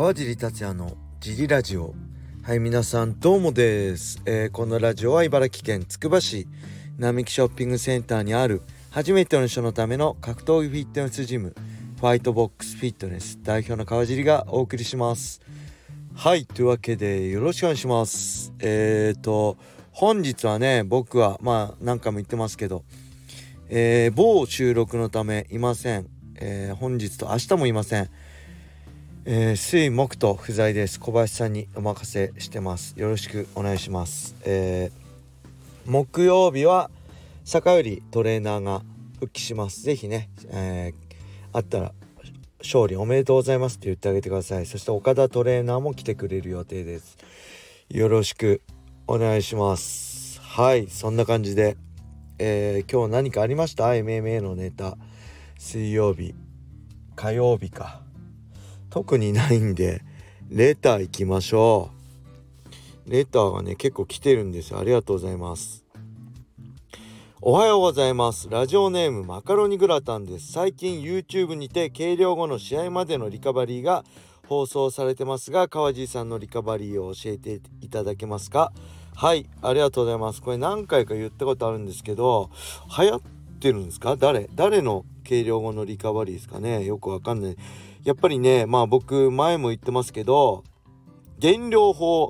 川尻達也のジリラジオ。はい、皆さんどうもです。このラジオは茨城県つくば市並木ショッピングセンターにある初めての人のための格闘技フィットネスジム、ファイトボックスフィットネス代表の川尻がお送りします。はい、というわけでよろしくお願いします。本日はね、僕は何回も言ってますけど、某収録のためいません。本日と明日もいません。水木と不在です。小林さんにお任せしてます。よろしくお願いします。木曜日は坂よりトレーナーが復帰します。ぜひね、あったら勝利おめでとうございますって言ってあげてください。そして岡田トレーナーも来てくれる予定です。よろしくお願いします。はい、そんな感じで、今日何かありました？ MMA のネタ。水曜日、火曜日か、特にないんでレター行きましょう。レターがね結構来てるんですよ。ありがとうございます。おはようございます。ラジオネームマカロニグラタンです。最近 YouTube にて計量後の試合までのリカバリーが放送されてますが、川地さんのリカバリーを教えていただけますか？はい、ありがとうございます。これ何回か言ったことあるんですけど、流行ってるんですか？誰の計量後のリカバリーですかね。よくわかんない。やっぱりね、僕前も言ってますけど、減量方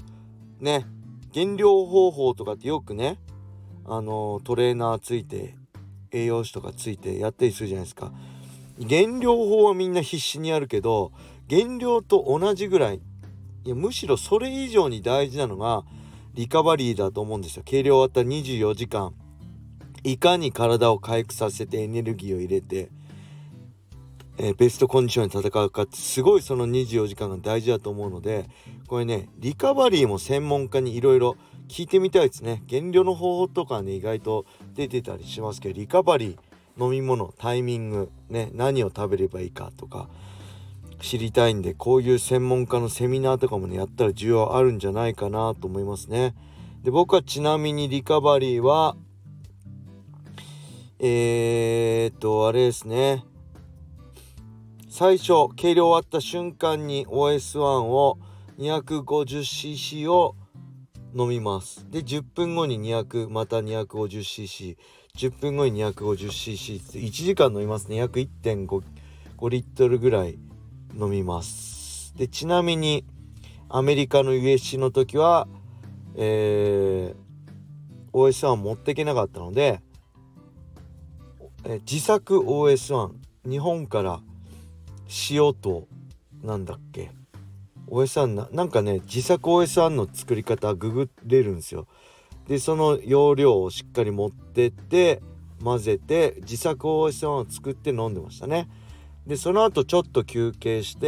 法とかってよくね、トレーナーついて栄養士とかついてやったりするじゃないですか。減量法はみんな必死にやるけど、減量と同じぐらい、いやむしろそれ以上に大事なのがリカバリーだと思うんですよ。計量終わった24時間いかに体を回復させてエネルギーを入れて、ベストコンディションに戦うかって、すごいその24時間が大事だと思うので、これね、リカバリーも専門家にいろいろ聞いてみたいですね。減量の方法とかね、意外と出てたりしますけど、リカバリー、飲み物、タイミングね、何を食べればいいかとか知りたいんで、こういう専門家のセミナーとかもねやったら需要あるんじゃないかなと思いますね。で、僕はちなみにリカバリーはあれですね、最初計量終わった瞬間に OS1 を 250cc を飲みます。で10分後にまた 250cc、 10分後に 250cc って1時間飲みますね。約 1.5 リットルぐらい飲みます。でちなみにアメリカの USC の時は、OS1 持っていけなかったので、自作 OS1、 日本から塩とOS1 なんかね、自作 OS1 の作り方ググれるんですよ。でその容量をしっかり持ってって混ぜて自作 OS1 を作って飲んでましたね。でその後ちょっと休憩して、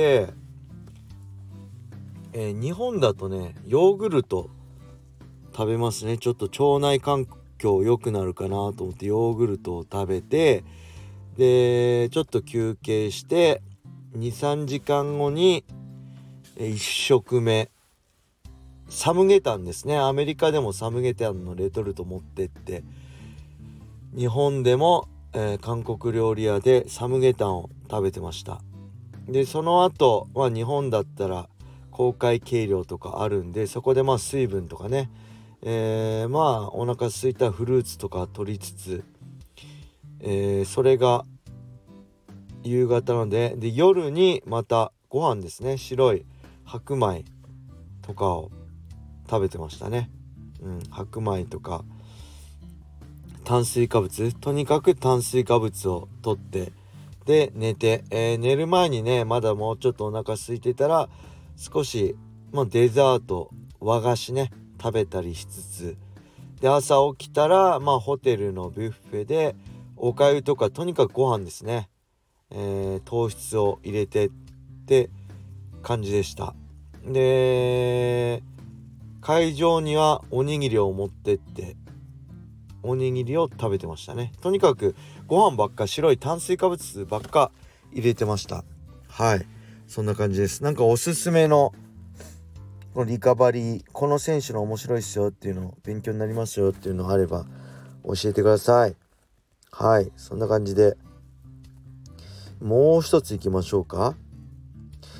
日本だとねヨーグルト食べますね。ちょっと腸内環境良くなるかなと思ってヨーグルトを食べて、でちょっと休憩して2、3時間後に1食目サムゲタンですね。アメリカでもサムゲタンのレトルト持ってって、日本でも、韓国料理屋でサムゲタンを食べてました。でその後は日本だったら公開計量とかあるんで、そこで水分とかね、お腹空いたフルーツとか取りつつ、それが夕方なので、夜にまたご飯ですね、白い白米とかを食べてましたね。白米とか炭水化物、とにかく炭水化物を取ってで寝て、寝る前にねまだもうちょっとお腹空いてたら少し、デザート和菓子ね食べたりしつつ、で朝起きたらホテルのビュッフェでおかゆとかとにかくご飯ですね、糖質を入れてって感じでした。で会場にはおにぎりを持ってっておにぎりを食べてましたね。とにかくご飯ばっか、白い炭水化物ばっか入れてました。はい、そんな感じです。なんかおすすめのこのリカバリー、この選手の面白いっすよっていうの、勉強になりますよっていうのあれば教えてください。はい、そんな感じでもう一ついきましょうか。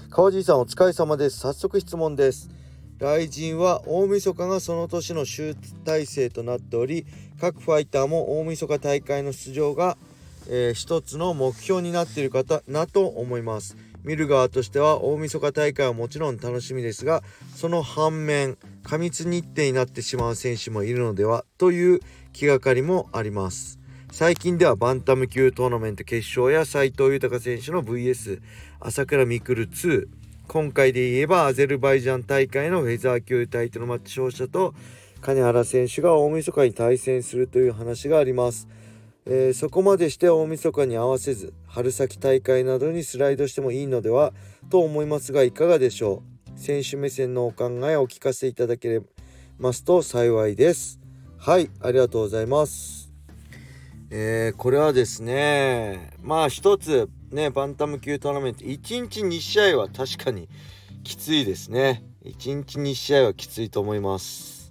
川尻さんお疲れ様です。早速質問です。来神は大晦日がその年の集大成となっており、各ファイターも大晦日大会の出場が、一つの目標になっている方なと思います。見る側としては大晦日大会はもちろん楽しみですが、その反面過密日程になってしまう選手もいるのではという気がかりもあります。最近ではバンタム級トーナメント決勝や斉藤豊選手の VS 朝倉未来2、今回で言えばアゼルバイジャン大会のフェザー級タイトルマッチ勝者と金原選手が大晦日に対戦するという話があります。そこまでして大晦日に合わせず春先大会などにスライドしてもいいのではと思いますが、いかがでしょう。選手目線のお考えをお聞かせいただけますと幸いです。はい、ありがとうございます。これはですね、まあ一つね、バンタム級トーナメント1日2試合は確かにきついですね。1日2試合はきついと思います。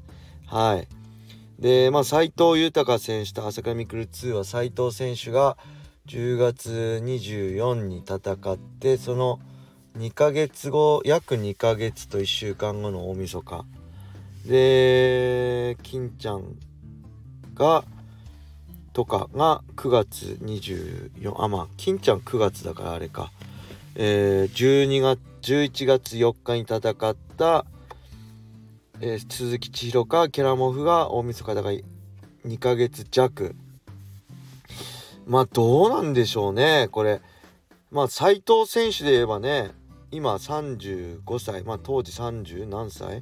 はい。で、斉藤豊選手と朝倉未来2は斉藤選手が10月24に戦って、その2ヶ月後、約2ヶ月と1週間後の大晦日で、金ちゃんがとかが9月24、金ちゃん9月だからあれか、11月4日に戦った、鈴木千尋かケラモフが大晦日だから2ヶ月弱。どうなんでしょうねこれ。斉藤選手で言えばね、今35歳、当時30何歳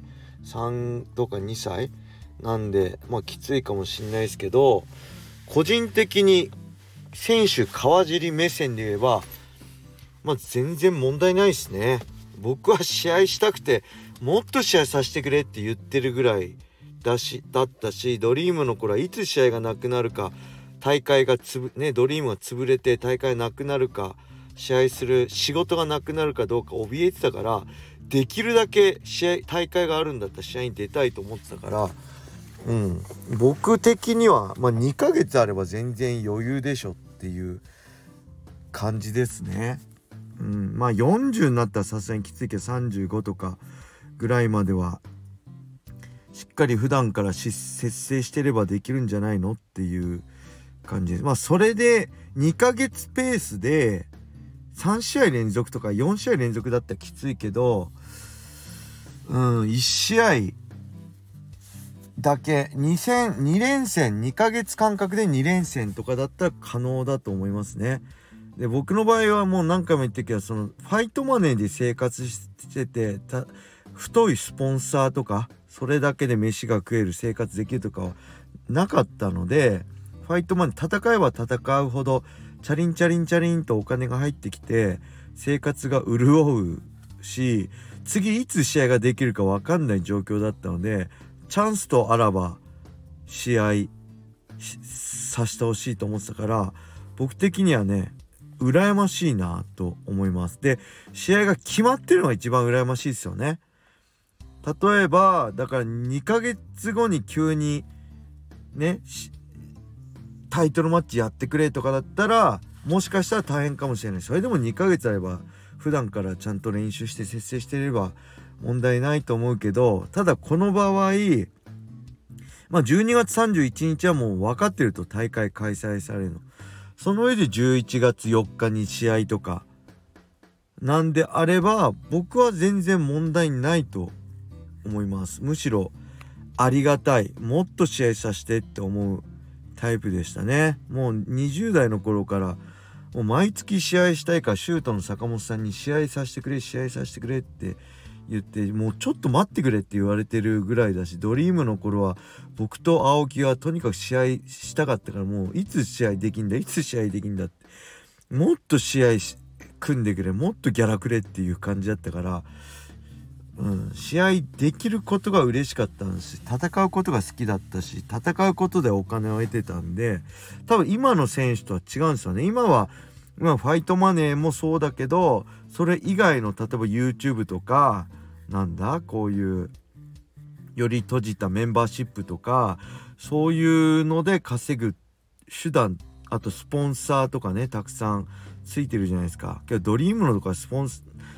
3とか2歳なんで、きついかもしんないですけど、個人的に選手川尻目線で言えば全然問題ないですね。僕は試合したくてもっと試合させてくれって言ってるぐらいだったし、ドリームの頃はいつ試合がなくなるか、大会がドリームが潰れて大会なくなるか、試合する仕事がなくなるかどうか怯えてたから、できるだけ大会があるんだったら試合に出たいと思ってたから、僕的には、2ヶ月あれば全然余裕でしょっていう感じですね。40になったらさすがにきついけど、35とかぐらいまではしっかり普段から節制してればできるんじゃないのっていう感じです。それで2ヶ月ペースで3試合連続とか4試合連続だったらきついけど、1試合だけ2連戦2ヶ月間隔で2連戦とかだったら可能だと思いますね。で、僕の場合はもう何回も言ってるけど、そのファイトマネーで生活してて、太いスポンサーとかそれだけで飯が食える生活できるとかはなかったので、ファイトマネー戦えば戦うほどチャリンチャリンチャリンとお金が入ってきて生活が潤うし、次いつ試合ができるか分かんない状況だったので、チャンスとあらば試合させてほしいと思ってたから、僕的にはね羨ましいなと思います。で、試合が決まってるのが一番羨ましいですよね。例えばだから2ヶ月後に急にねタイトルマッチやってくれとかだったらもしかしたら大変かもしれない。それでも2ヶ月あれば普段からちゃんと練習して節制していれば問題ないと思うけど、ただこの場合12月31日はもう分かってると、大会開催されるの。その上で11月4日に試合とかなんであれば僕は全然問題ないと思います。むしろありがたい、もっと試合させてって思うタイプでしたね。もう20代の頃からもう毎月試合したいから、シュートの坂本さんに試合させてくれって言って、もうちょっと待ってくれって言われてるぐらいだし、ドリームの頃は僕と青木はとにかく試合したかったから、もういつ試合できんだって、もっと試合組んでくれ、もっとギャラくれっていう感じだったから、試合できることが嬉しかったんですし、戦うことが好きだったし、戦うことでお金を得てたんで、多分今の選手とは違うんですよね。今はファイトマネーもそうだけど、それ以外の例えば YouTube とかこういうより閉じたメンバーシップとか、そういうので稼ぐ手段、あとスポンサーとかねたくさんついてるじゃないですか。けどドリームのとかスポン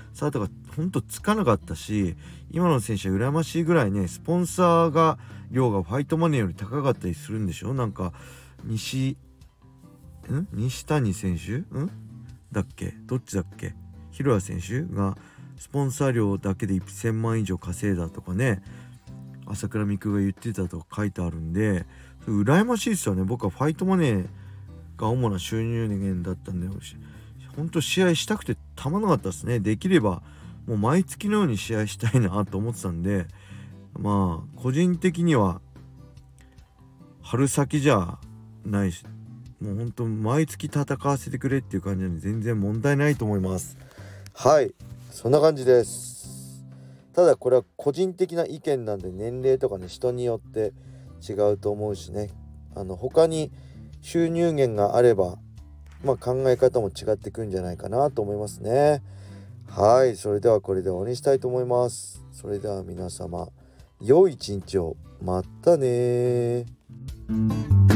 サートがほんとつかなかったし、今の選手は羨ましいぐらいね、スポンサー量がファイトマネーより高かったりするんでしょ。なんか西谷選手だっけ、どっちだっけ、広谷選手がスポンサー料だけで1000万以上稼いだとかね、朝倉未来が言ってたとか書いてあるんで、羨ましいですよね。僕はファイトマネーが主な収入源だったんで、本当試合したくてたまらなかったですね。できればもう毎月のように試合したいなと思ってたんで、まあ個人的には春先じゃないし、もう本当毎月戦わせてくれっていう感じなんで全然問題ないと思います。はい、そんな感じです。ただこれは個人的な意見なんで、年齢とかね、人によって違うと思うしね、他に収入源があれば、考え方も違ってくるんじゃないかなと思いますね。はい、それではこれで終わりにしたいと思います。それでは皆様、良い一日を。またね。